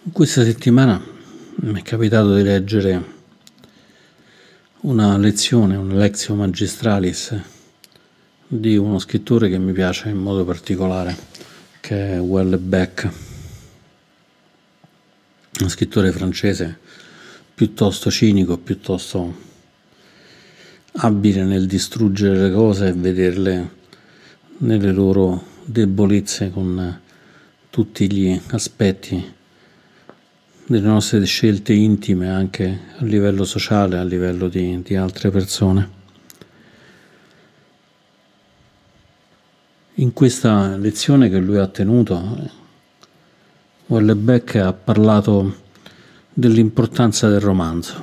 Questa settimana mi è capitato di leggere una lezione, un Lectio Magistralis di uno scrittore che mi piace in modo particolare, che è Houellebecq, uno scrittore francese piuttosto cinico, piuttosto abile nel distruggere le cose e vederle nelle loro debolezze, con tutti gli aspetti delle nostre scelte intime anche a livello sociale, a livello di altre persone. In questa lezione che lui ha tenuto, Houellebecq ha parlato dell'importanza del romanzo.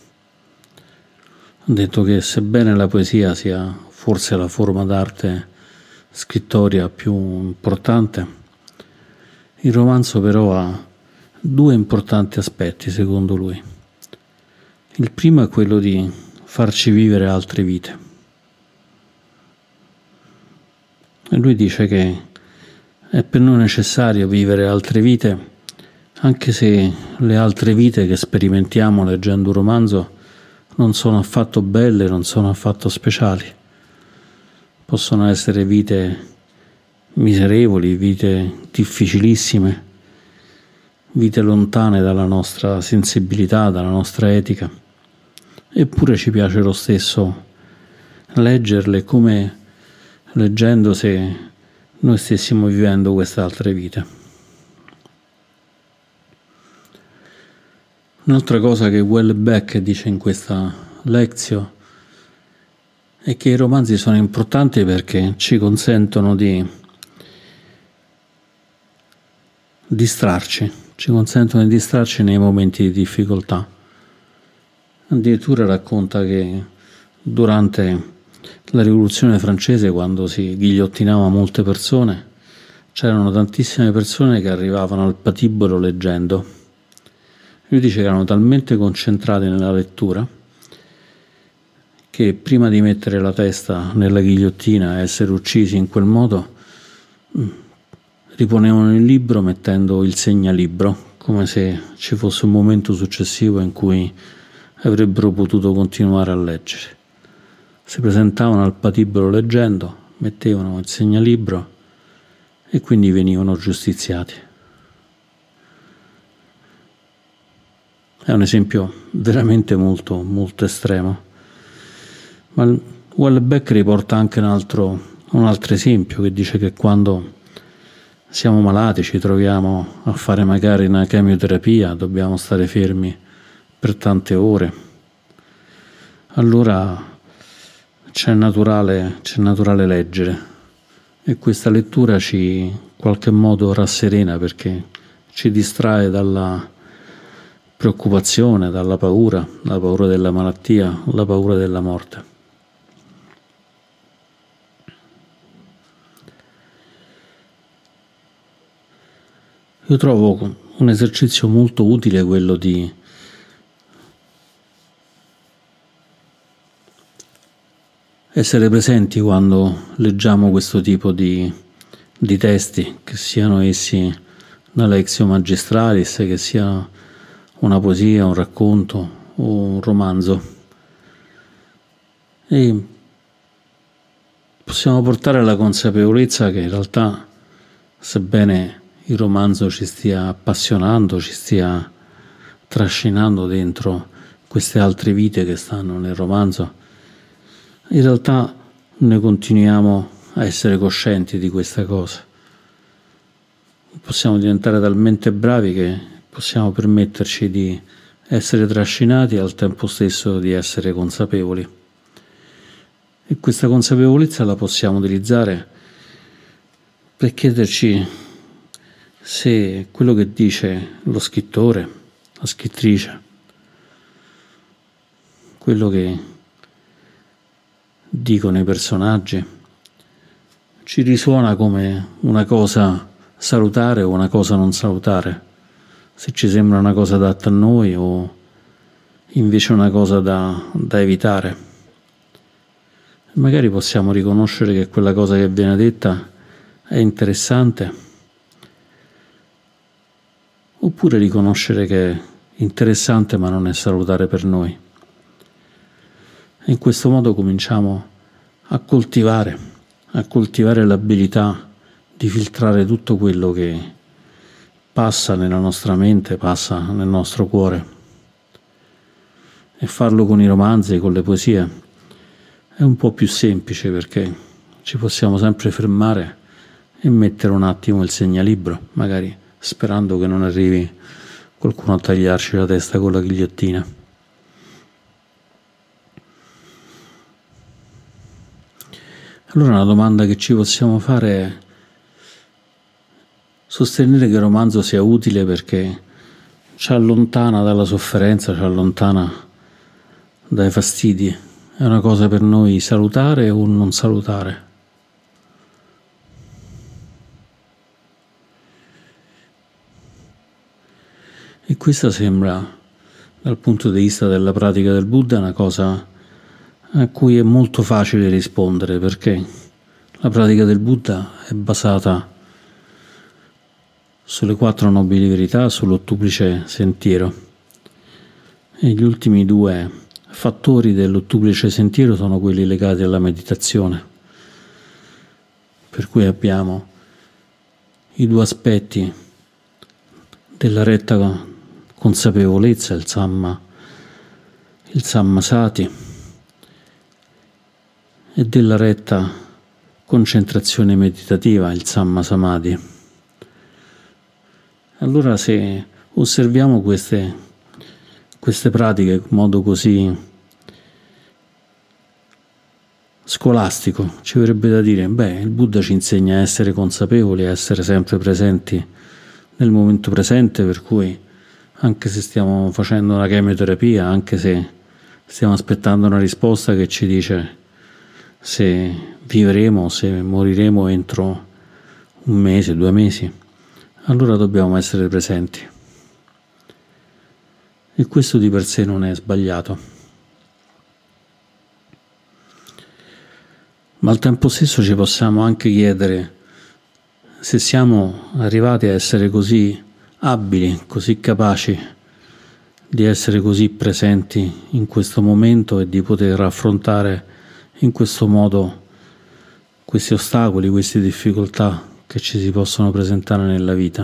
Ha detto che sebbene la poesia sia forse la forma d'arte scrittoria più importante, il romanzo però ha due importanti aspetti, secondo lui. Il primo è quello di farci vivere altre vite. E lui dice che è per noi necessario vivere altre vite, anche se le altre vite che sperimentiamo leggendo un romanzo non sono affatto belle, non sono affatto speciali. Possono essere vite miserevoli, vite difficilissime, vite lontane dalla nostra sensibilità, dalla nostra etica. Eppure ci piace lo stesso leggerle, come leggendo se noi stessimo vivendo queste altre vite. Un'altra cosa che Houellebecq dice in questa Lectio è che i romanzi sono importanti perché ci consentono di distrarci, nei momenti di difficoltà. Addirittura racconta che durante la Rivoluzione francese, quando si ghigliottinava molte persone, c'erano tantissime persone che arrivavano al patibolo leggendo. Lui dice che erano talmente concentrati nella lettura che prima di mettere la testa nella ghigliottina e essere uccisi in quel modo riponevano il libro mettendo il segnalibro, come se ci fosse un momento successivo in cui avrebbero potuto continuare a leggere. Si presentavano al patibolo leggendo, mettevano il segnalibro e quindi venivano giustiziati. È un esempio veramente molto, molto estremo. Ma Houellebecq riporta anche un altro esempio, che dice che quando siamo malati, ci troviamo a fare magari una chemioterapia, dobbiamo stare fermi per tante ore, allora c'è naturale leggere, e questa lettura ci in qualche modo rasserena, perché ci distrae dalla preoccupazione, dalla paura, la paura della malattia, la paura della morte. Io trovo un esercizio molto utile quello di essere presenti quando leggiamo questo tipo di testi, che siano essi una Lectio Magistralis, che sia una poesia, un racconto o un romanzo. E possiamo portare alla consapevolezza che in realtà, sebbene il romanzo ci stia appassionando, ci stia trascinando dentro queste altre vite che stanno nel romanzo, in realtà noi continuiamo a essere coscienti di questa cosa. Possiamo diventare talmente bravi che possiamo permetterci di essere trascinati e al tempo stesso di essere consapevoli. E questa consapevolezza la possiamo utilizzare per chiederci se quello che dice lo scrittore, la scrittrice, quello che dicono i personaggi, ci risuona come una cosa salutare o una cosa non salutare, se ci sembra una cosa adatta a noi o invece una cosa da evitare. Magari possiamo riconoscere che quella cosa che viene detta è interessante, oppure riconoscere che è interessante ma non è salutare per noi. E in questo modo cominciamo a coltivare l'abilità di filtrare tutto quello che passa nella nostra mente, passa nel nostro cuore. E farlo con i romanzi, con le poesie, è un po' più semplice perché ci possiamo sempre fermare e mettere un attimo il segnalibro, magari sperando che non arrivi qualcuno a tagliarci la testa con la ghigliottina. Allora una domanda che ci possiamo fare è sostenere che il romanzo sia utile perché ci allontana dalla sofferenza, ci allontana dai fastidi. È una cosa per noi salutare o non salutare? E questa sembra, dal punto di vista della pratica del Buddha, una cosa a cui è molto facile rispondere, perché la pratica del Buddha è basata sulle 4 nobili verità, sull'ottuplice sentiero. E gli ultimi 2 fattori dell'ottuplice sentiero sono quelli legati alla meditazione. Per cui abbiamo i 2 aspetti della retta consapevolezza, il sammasati, e della retta concentrazione meditativa, il sammasamadhi. Allora se osserviamo queste pratiche in modo così scolastico, ci verrebbe da dire, il Buddha ci insegna a essere consapevoli, a essere sempre presenti nel momento presente, per cui anche se stiamo facendo una chemioterapia, anche se stiamo aspettando una risposta che ci dice se vivremo, se moriremo entro 1 mese, 2 mesi, allora dobbiamo essere presenti. E questo di per sé non è sbagliato. Ma al tempo stesso ci possiamo anche chiedere se siamo arrivati a essere così abili, così capaci di essere così presenti in questo momento e di poter affrontare in questo modo questi ostacoli, queste difficoltà che ci si possono presentare nella vita.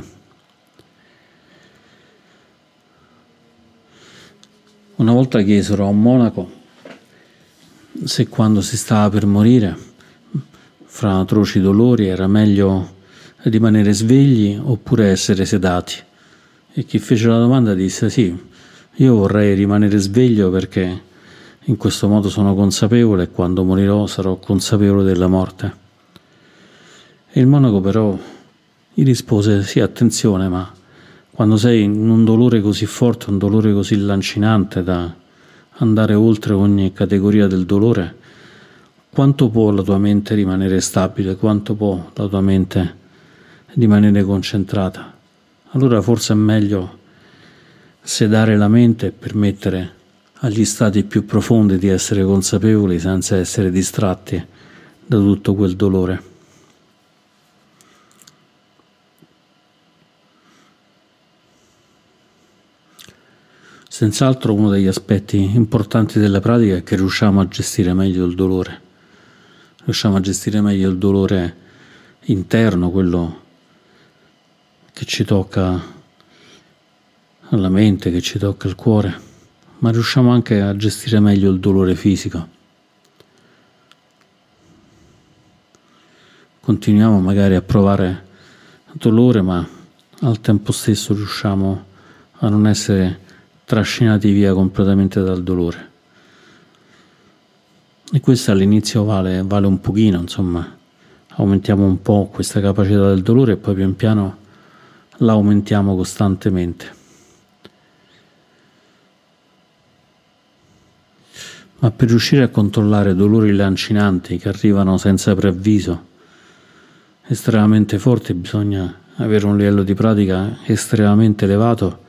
Una volta chiesero a un monaco se quando si stava per morire, fra atroci dolori, era meglio rimanere svegli oppure essere sedati. E chi fece la domanda disse: sì, io vorrei rimanere sveglio perché in questo modo sono consapevole e quando morirò sarò consapevole della morte. E il monaco però gli rispose: sì, attenzione, ma quando sei in un dolore così forte, un dolore così lancinante da andare oltre ogni categoria del dolore, quanto può la tua mente rimanere stabile, quanto può la tua mente rimanere concentrata? Allora forse è meglio sedare la mente e permettere agli stati più profondi di essere consapevoli senza essere distratti da tutto quel dolore. Senz'altro uno degli aspetti importanti della pratica è che riusciamo a gestire meglio il dolore. Riusciamo a gestire meglio il dolore interno, quello che ci tocca alla mente, che ci tocca al cuore, ma riusciamo anche a gestire meglio il dolore fisico. Continuiamo magari a provare dolore, ma al tempo stesso riusciamo a non essere trascinati via completamente dal dolore. E questo all'inizio vale un pochino, insomma, aumentiamo un po' questa capacità del dolore e poi pian piano la aumentiamo costantemente. Ma per riuscire a controllare dolori lancinanti che arrivano senza preavviso, estremamente forti, bisogna avere un livello di pratica estremamente elevato,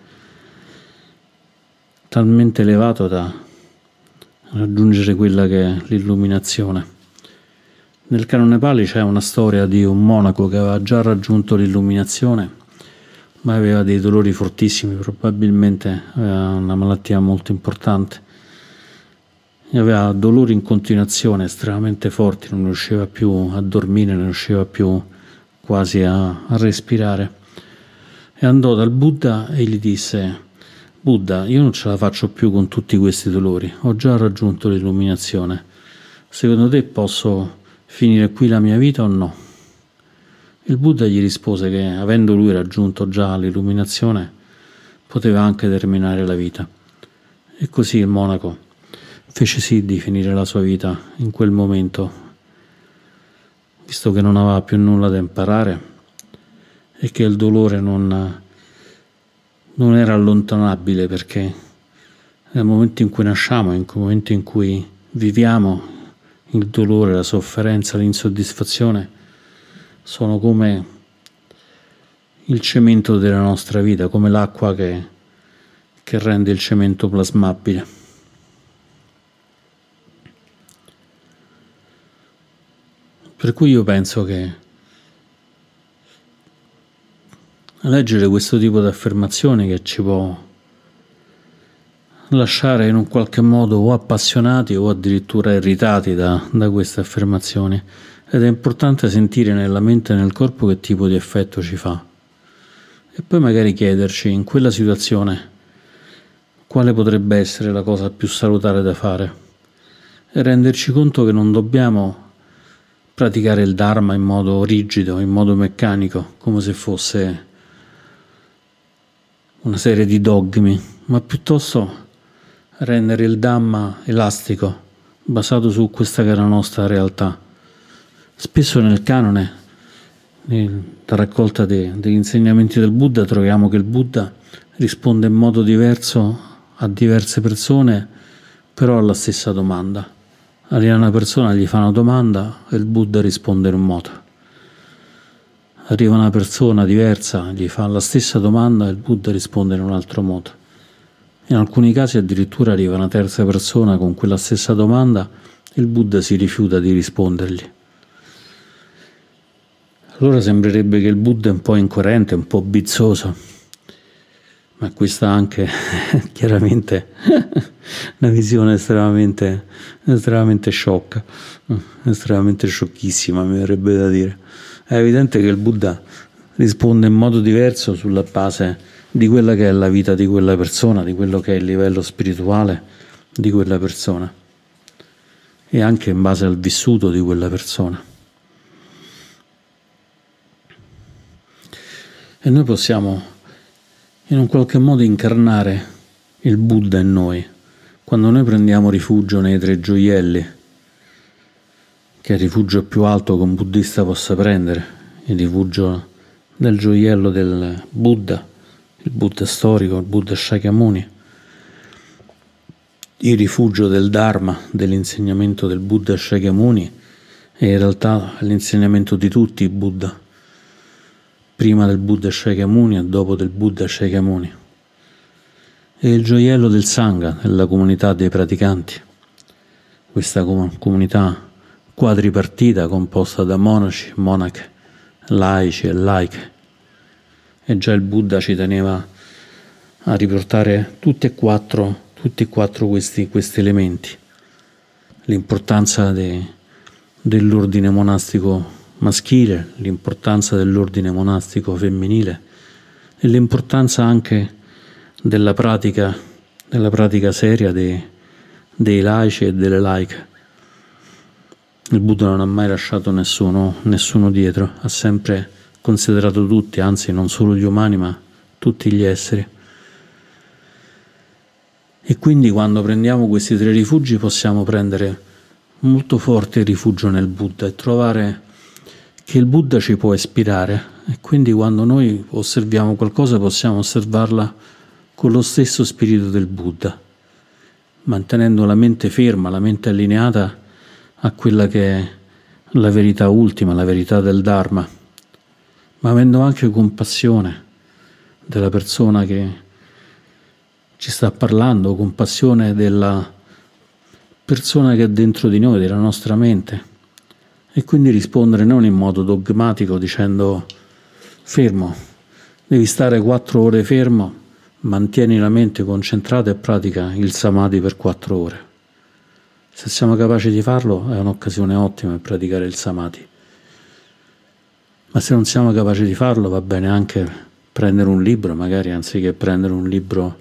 talmente elevato da raggiungere quella che è l'illuminazione. Nel canone Pali c'è una storia di un monaco che aveva già raggiunto l'illuminazione ma aveva dei dolori fortissimi, probabilmente aveva una malattia molto importante. E aveva dolori in continuazione estremamente forti, non riusciva più a dormire, non riusciva più quasi a respirare. E andò dal Buddha e gli disse: Buddha, io non ce la faccio più con tutti questi dolori, ho già raggiunto l'illuminazione. Secondo te posso finire qui la mia vita o no? Il Buddha gli rispose che, avendo lui raggiunto già l'illuminazione, poteva anche terminare la vita. E così il monaco fece sì di finire la sua vita in quel momento, visto che non aveva più nulla da imparare e che il dolore non era allontanabile, perché nel momento in cui nasciamo, nel momento in cui viviamo, il dolore, la sofferenza, l'insoddisfazione sono come il cemento della nostra vita, come l'acqua che rende il cemento plasmabile. Per cui io penso che leggere questo tipo di affermazioni che ci può lasciare in un qualche modo o appassionati o addirittura irritati da queste affermazioni, ed è importante sentire nella mente e nel corpo che tipo di effetto ci fa, e poi magari chiederci in quella situazione quale potrebbe essere la cosa più salutare da fare, e renderci conto che non dobbiamo praticare il Dharma in modo rigido, in modo meccanico, come se fosse una serie di dogmi, ma piuttosto rendere il Dhamma elastico, basato su questa che è la nostra realtà. Spesso nel canone, nella raccolta degli insegnamenti del Buddha, troviamo che il Buddha risponde in modo diverso a diverse persone, però alla stessa domanda. Arriva una persona, gli fa una domanda e il Buddha risponde in un modo. Arriva una persona diversa, gli fa la stessa domanda e il Buddha risponde in un altro modo. In alcuni casi addirittura arriva una terza persona con quella stessa domanda e il Buddha si rifiuta di rispondergli. Allora sembrerebbe che il Buddha è un po' incoerente, un po' bizzoso, ma questa anche chiaramente una visione estremamente sciocca, estremamente sciocchissima, mi verrebbe da dire. È evidente che il Buddha risponde in modo diverso sulla base di quella che è la vita di quella persona, di quello che è il livello spirituale di quella persona e anche in base al vissuto di quella persona. E noi possiamo in un qualche modo incarnare il Buddha in noi quando noi prendiamo rifugio nei tre gioielli, che è il rifugio più alto che un buddista possa prendere, il rifugio del gioiello del Buddha, il Buddha storico, il Buddha Shakyamuni, il rifugio del Dharma, dell'insegnamento del Buddha Shakyamuni, e in realtà l'insegnamento di tutti i Buddha, prima del Buddha Shakyamuni e dopo del Buddha Shakyamuni, e il gioiello del Sangha, della comunità dei praticanti, questa comunità quadripartita composta da monaci, monache, laici e laiche. E già il Buddha ci teneva a riportare tutti e quattro questi elementi, l'importanza dell'ordine monastico maschile, l'importanza dell'ordine monastico femminile e l'importanza anche della pratica seria dei laici e delle laiche. Il Buddha non ha mai lasciato nessuno dietro, ha sempre considerato tutti, anzi non solo gli umani ma tutti gli esseri. E quindi quando prendiamo questi tre rifugi possiamo prendere molto forte rifugio nel Buddha e trovare che il Buddha ci può ispirare, e quindi quando noi osserviamo qualcosa possiamo osservarla con lo stesso spirito del Buddha, mantenendo la mente ferma, la mente allineata a quella che è la verità ultima, la verità del Dharma, ma avendo anche compassione della persona che ci sta parlando, compassione della persona che è dentro di noi, della nostra mente, e quindi rispondere non in modo dogmatico dicendo fermo, Devi stare 4 ore fermo, mantieni la mente concentrata e pratica il samadhi per 4 ore. Se siamo capaci di farlo è un'occasione ottima per praticare il samadhi. Ma se non siamo capaci di farlo va bene anche prendere un libro, magari anziché prendere un libro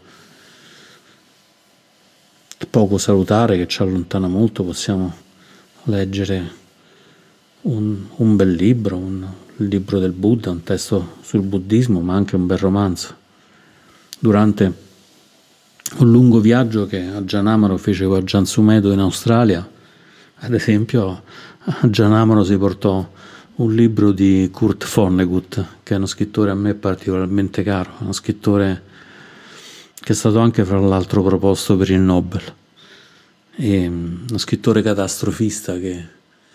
poco salutare che ci allontana molto, possiamo leggere un bel libro, il libro del Buddha, un testo sul buddismo, ma anche un bel romanzo. Durante un lungo viaggio che Ajahn Amaro fece con Ajahn Sumedho in Australia, ad esempio, Ajahn Amaro si portò un libro di Kurt Vonnegut, che è uno scrittore a me particolarmente caro, uno scrittore che è stato anche fra l'altro proposto per il Nobel, e uno scrittore catastrofista che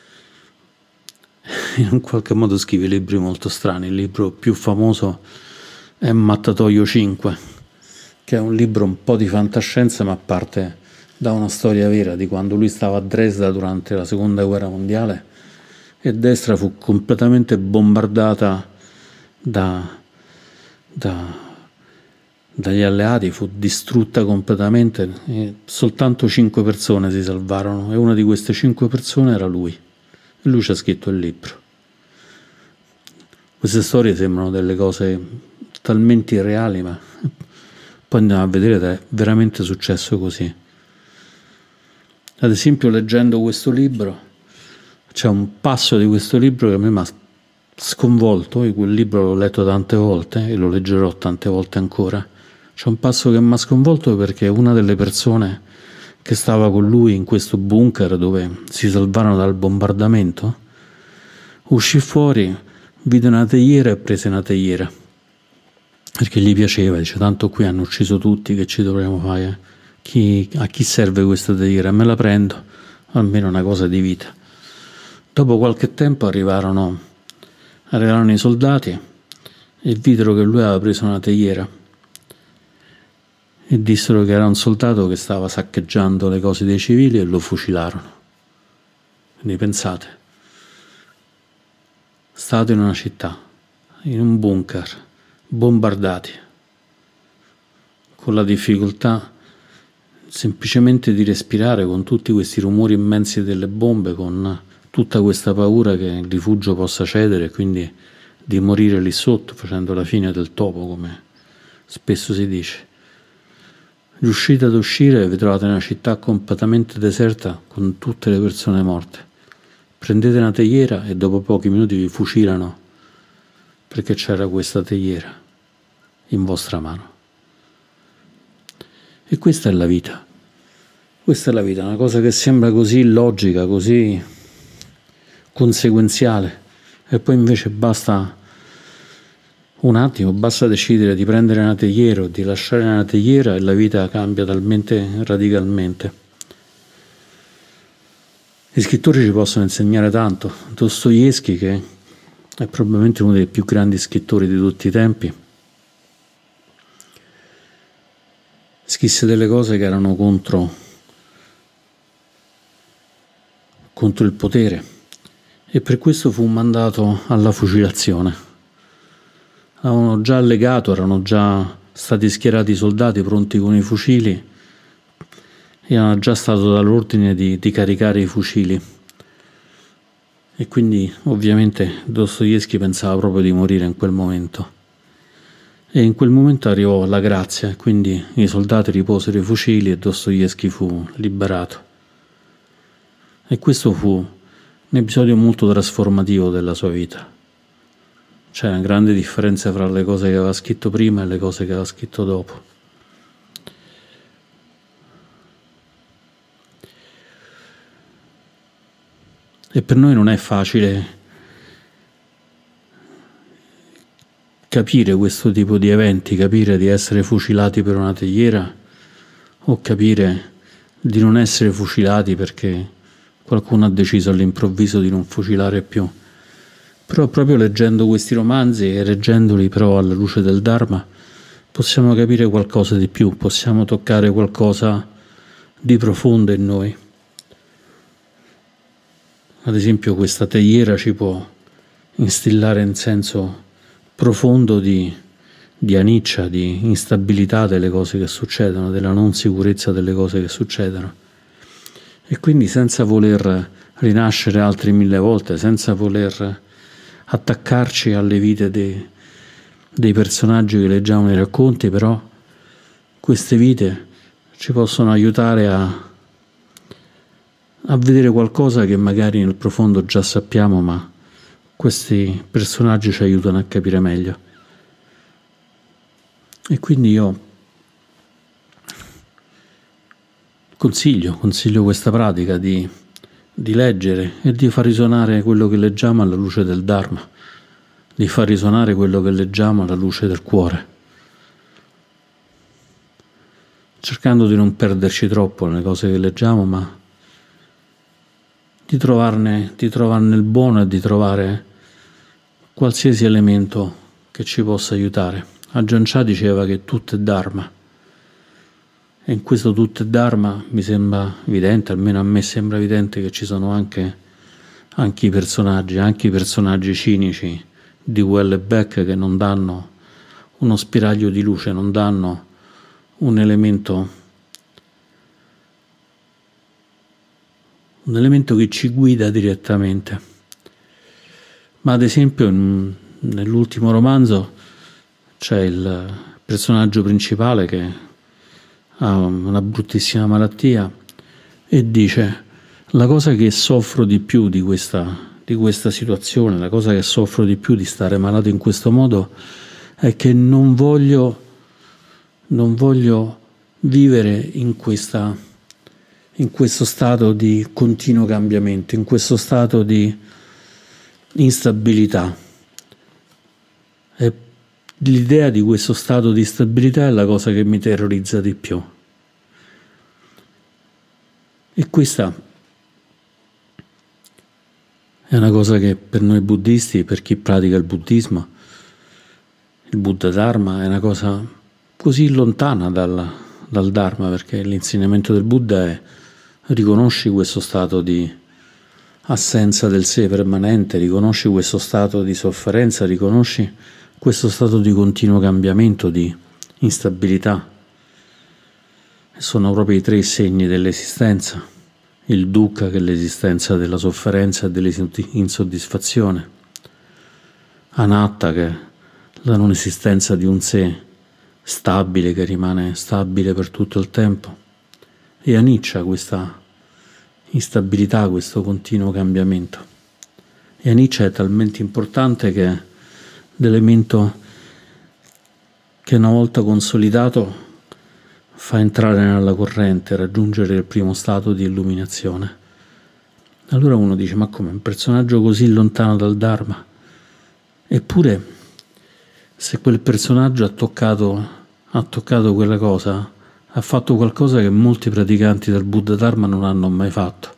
in qualche modo scrive libri molto strani. Il libro più famoso è Mattatoio 5, che è un libro un po' di fantascienza ma parte da una storia vera di quando lui stava a Dresda durante la seconda guerra mondiale e Dresda fu completamente bombardata dagli alleati, fu distrutta completamente e soltanto 5 persone si salvarono e una di queste 5 persone era lui e lui ci ha scritto il libro. Queste storie sembrano delle cose talmente irreali, ma poi andiamo a vedere ed è veramente successo così. Ad esempio, leggendo questo libro, c'è un passo di questo libro che a me mi ha sconvolto, e quel libro l'ho letto tante volte e lo leggerò tante volte ancora. C'è un passo che mi ha sconvolto perché una delle persone che stava con lui in questo bunker dove si salvarono dal bombardamento uscì fuori, vide una teiera e prese una teiera perché gli piaceva, dice tanto qui hanno ucciso tutti, che ci dovremmo fare? A chi serve questa teiera? Me la prendo, almeno una cosa di vita. Dopo qualche tempo arrivarono i soldati e videro che lui aveva preso una teiera e dissero che era un soldato che stava saccheggiando le cose dei civili e lo fucilarono. Quindi pensate, state in una città, in un bunker, bombardati, con la difficoltà semplicemente di respirare, con tutti questi rumori immensi delle bombe, con tutta questa paura che il rifugio possa cedere e quindi di morire lì sotto facendo la fine del topo, come spesso si dice. Riuscite ad uscire e vi trovate in una città completamente deserta con tutte le persone morte. Prendete una teiera e dopo pochi minuti vi fucilano perché c'era questa teiera in vostra mano. E questa è la vita. Questa è la vita, una cosa che sembra così logica, così conseguenziale, e poi invece basta un attimo, basta decidere di prendere una teiera o di lasciare una teiera e la vita cambia talmente radicalmente. Gli scrittori ci possono insegnare tanto. Dostoevskij, che è probabilmente uno dei più grandi scrittori di tutti i tempi, scrisse delle cose che erano contro il potere e per questo fu mandato alla fucilazione. Avevano già allegato, erano già stati schierati i soldati pronti con i fucili e era già stato dato l'ordine di caricare i fucili. E quindi ovviamente Dostoevskij pensava proprio di morire in quel momento. E in quel momento arrivò la grazia, e quindi i soldati riposero i fucili e Dostoevskij fu liberato. E questo fu un episodio molto trasformativo della sua vita. C'è una grande differenza fra le cose che aveva scritto prima e le cose che aveva scritto dopo. E per noi non è facile capire questo tipo di eventi, capire di essere fucilati per una teiera o capire di non essere fucilati perché qualcuno ha deciso all'improvviso di non fucilare più. Però proprio leggendo questi romanzi e leggendoli però alla luce del Dharma possiamo capire qualcosa di più, possiamo toccare qualcosa di profondo in noi. Ad esempio questa teiera ci può instillare in senso profondo di di aniccia, di instabilità delle cose che succedono, della non sicurezza delle cose che succedono. E quindi, senza voler rinascere altre 1000 volte, senza voler attaccarci alle vite dei personaggi che leggiamo nei racconti, però queste vite ci possono aiutare a vedere qualcosa che magari nel profondo già sappiamo, ma questi personaggi ci aiutano a capire meglio. E quindi io consiglio questa pratica di leggere e di far risuonare quello che leggiamo alla luce del Dharma, di far risuonare quello che leggiamo alla luce del cuore, cercando di non perderci troppo nelle cose che leggiamo, ma di trovarne il buono e di trovare qualsiasi elemento che ci possa aiutare. Ajahn Chah diceva che tutto è Dharma, e in questo tutto è Dharma mi sembra evidente, almeno a me sembra evidente, che ci sono anche i personaggi cinici di Wellebeck, che non danno uno spiraglio di luce, non danno un elemento che ci guida direttamente. Ma ad esempio nell'ultimo romanzo c'è il personaggio principale che ha una bruttissima malattia e dice: la cosa che soffro di più di questa situazione, la cosa che soffro di più di stare malato in questo modo, è che non voglio vivere in questo stato di continuo cambiamento, in questo stato di instabilità. E l'idea di questo stato di stabilità è la cosa che mi terrorizza di più. E questa è una cosa che per noi buddisti, per chi pratica il buddismo, il Buddha Dharma, è una cosa così lontana dal Dharma, perché l'insegnamento del Buddha è: riconosci questo stato di assenza del sé permanente, riconosci questo stato di sofferenza, riconosci questo stato di continuo cambiamento, di instabilità. E sono proprio i 3 segni dell'esistenza: il dukkha, che è l'esistenza della sofferenza e dell'insoddisfazione; anatta, che è la non esistenza di un sé stabile, che rimane stabile per tutto il tempo; e anicca, questa instabilità, questo continuo cambiamento. E anicca è talmente importante che è l'elemento che, una volta consolidato, fa entrare nella corrente, raggiungere il primo stato di illuminazione. Allora uno dice: ma come, un personaggio così lontano dal Dharma? Eppure, se quel personaggio ha toccato quella cosa, ha fatto qualcosa che molti praticanti del Buddha Dharma non hanno mai fatto.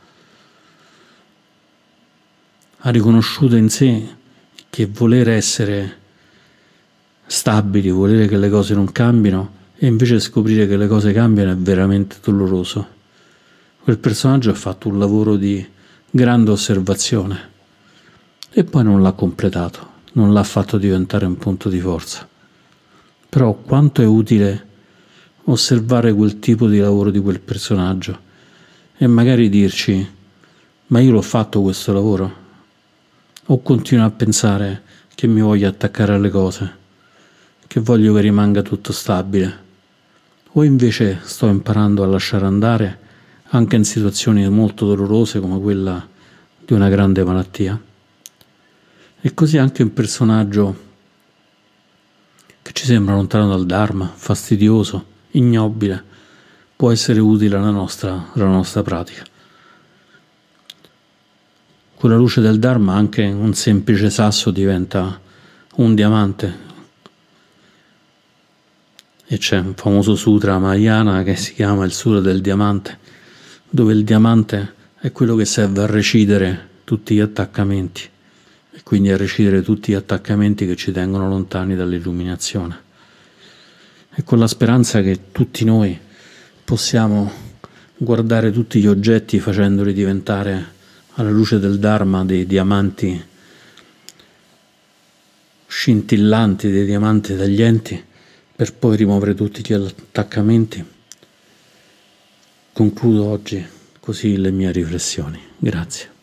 Ha riconosciuto in sé che voler essere stabili, volere che le cose non cambino, e invece scoprire che le cose cambiano, è veramente doloroso. Quel personaggio ha fatto un lavoro di grande osservazione e poi non l'ha completato, non l'ha fatto diventare un punto di forza. Però quanto è utile osservare quel tipo di lavoro di quel personaggio e magari dirci: ma io l'ho fatto questo lavoro? O continuo a pensare che mi voglio attaccare alle cose, che voglio che rimanga tutto stabile? O invece sto imparando a lasciare andare anche in situazioni molto dolorose come quella di una grande malattia? E così anche un personaggio che ci sembra lontano dal Dharma, fastidioso, ignobile, può essere utile alla nostra pratica. Con la luce del Dharma anche un semplice sasso diventa un diamante. E c'è un famoso sutra Mahayana che si chiama il Sutra del Diamante, dove il diamante è quello che serve a recidere tutti gli attaccamenti, e quindi a recidere tutti gli attaccamenti che ci tengono lontani dall'illuminazione. E con la speranza che tutti noi possiamo guardare tutti gli oggetti facendoli diventare, alla luce del Dharma, dei diamanti scintillanti, dei diamanti taglienti, per poi rimuovere tutti gli attaccamenti. Concludo oggi così le mie riflessioni. Grazie.